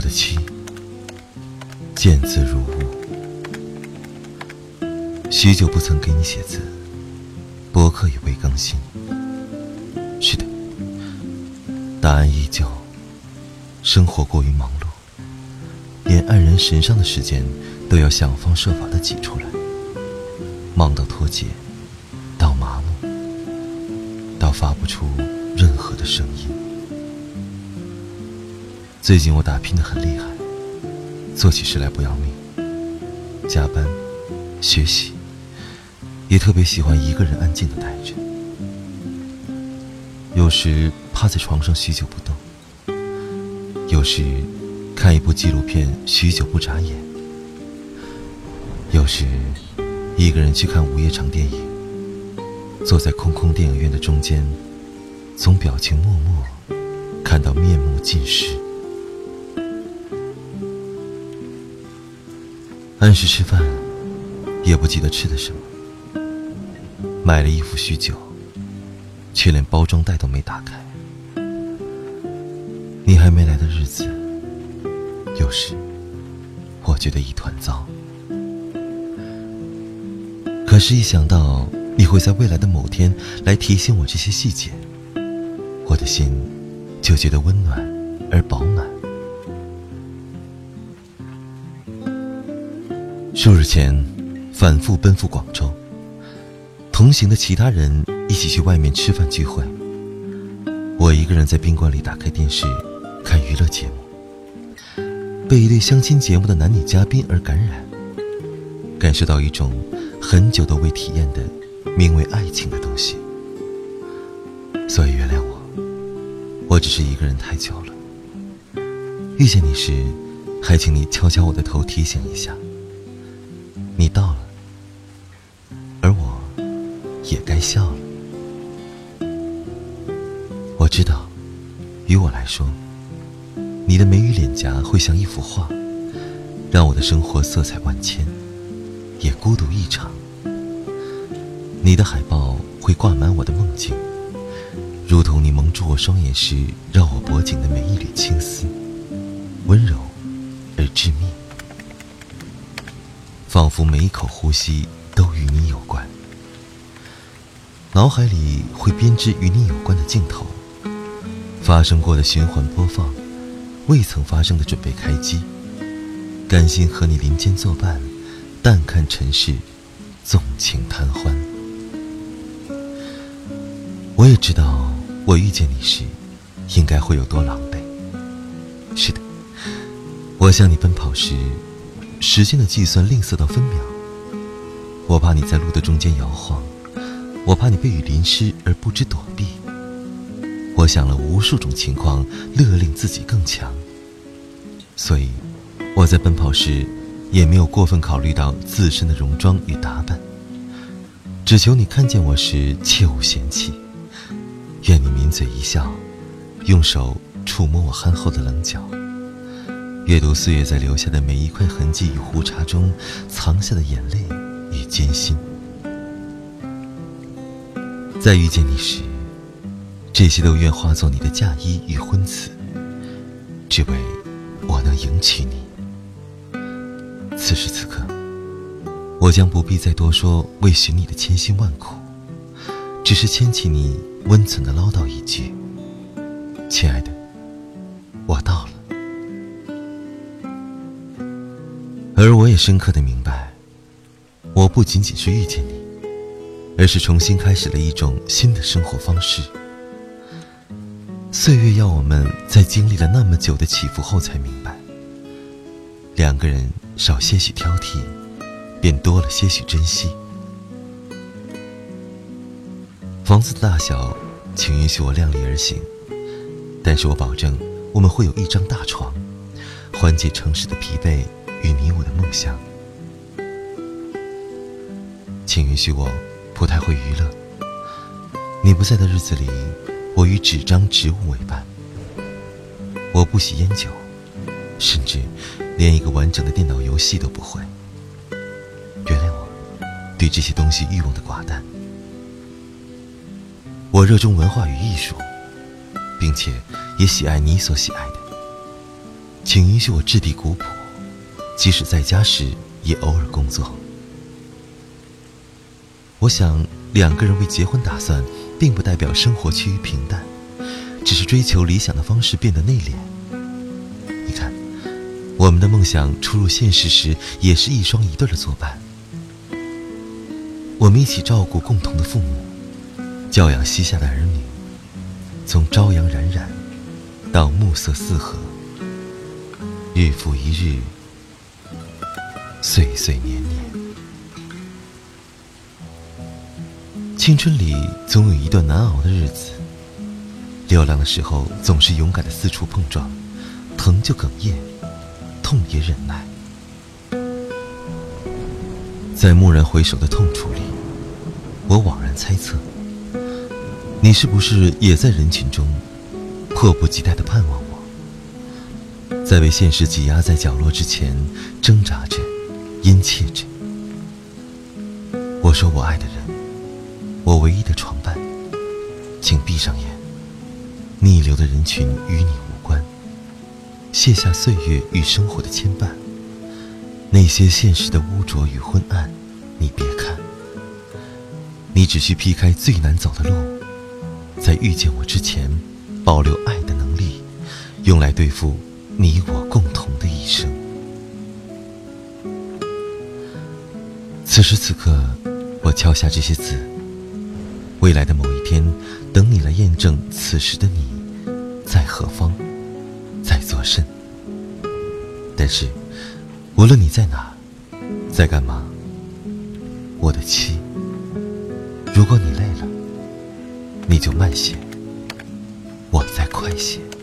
的妻，见字如晤。许久不曾给你写字，博客也未更新。是的，答案依旧，生活过于忙碌，连黯然神伤的时间都要想方设法地挤出来，忙到脱节，到麻木，到发不出任何的声音。最近我打拼得很厉害，做起事来不要命，加班学习，也特别喜欢一个人安静地待着，有时趴在床上许久不动，有时看一部纪录片许久不眨眼，有时一个人去看午夜场电影，坐在空空电影院的中间，从表情默默看到面目尽失。按时吃饭，也不记得吃的什么，买了一副许久，却连包装袋都没打开。你还没来的日子，有时我觉得一团糟。可是一想到你会在未来的某天来提醒我这些细节，我的心就觉得温暖而饱满。数日前反复奔赴广州，同行的其他人一起去外面吃饭聚会，我一个人在宾馆里打开电视看娱乐节目，被一对相亲节目的男女嘉宾而感染，感受到一种很久都未体验的名为爱情的东西。所以原谅我只是一个人太久了，遇见你时还请你敲敲我的头提醒一下，你到了，而我也该笑了。我知道，于我来说，你的眉宇脸颊会像一幅画，让我的生活色彩万千，也孤独异常。你的海报会挂满我的梦境，如同你蒙住我双眼时绕我脖颈的每一缕青丝，温柔而致密，仿佛每一口呼吸都与你有关。脑海里会编织与你有关的镜头，发生过的循环播放，未曾发生的准备开机，甘心和你林间作伴，淡看尘世，纵情贪欢。我也知道我遇见你时应该会有多狼狈。是的，我向你奔跑时，时间的计算吝啬到分秒，我怕你在路的中间摇晃，我怕你被雨淋湿而不知躲避，我想了无数种情况，勒令自己更强。所以我在奔跑时也没有过分考虑到自身的戎装与打扮，只求你看见我时切勿嫌弃，愿你抿嘴一笑，用手触摸我憨厚的棱角，阅读岁月在留下的每一块痕迹与胡茬中藏下的眼泪与艰辛。在遇见你时，这些都愿化作你的嫁衣与婚词，只为我能迎娶你。此时此刻，我将不必再多说为寻你的千辛万苦，只是牵起你温存地唠叨一句：亲爱的，我到了。而我也深刻地明白，我不仅仅是遇见你，而是重新开始了一种新的生活方式。岁月要我们在经历了那么久的起伏后才明白，两个人少些许挑剔，便多了些许珍惜。房子的大小请允许我量力而行，但是我保证我们会有一张大床，缓解城市的疲惫与你我的梦想。请允许我不太会娱乐，你不在的日子里，我与纸张植物为伴。我不喜烟酒，甚至连一个完整的电脑游戏都不会。原谅我对这些东西欲望的寡淡。我热衷文化与艺术，并且也喜爱你所喜爱的。 请允许我质地古朴，即使在家时也偶尔工作。我想两个人为结婚打算，并不代表生活趋于平淡，只是追求理想的方式变得内敛。你看，我们的梦想出入现实时，也是一双一对的作伴。我们一起照顾共同的父母，教养膝下的儿女，从朝阳冉冉到暮色四合，日复一日，岁岁年年。青春里总有一段难熬的日子，流浪的时候总是勇敢的四处碰撞，疼就哽咽，痛也忍耐。在蓦然回首的痛楚里，我惘然猜测，你是不是也在人群中迫不及待地盼望我，在被现实挤压在角落之前挣扎着，殷切着。我说我爱的人，我唯一的床伴，请闭上眼，逆流的人群与你无关，卸下岁月与生活的牵绊，那些现实的污浊与昏暗你别看，你只需劈开最难走的路，在遇见我之前保留爱的能力，用来对付你我共同的一生。此时此刻，我敲下这些字，未来的某一天，等你来验证此时的你在何方，在作甚。但是无论你在哪，在干嘛，我的妻，如果你累了，你就慢些，我再快些。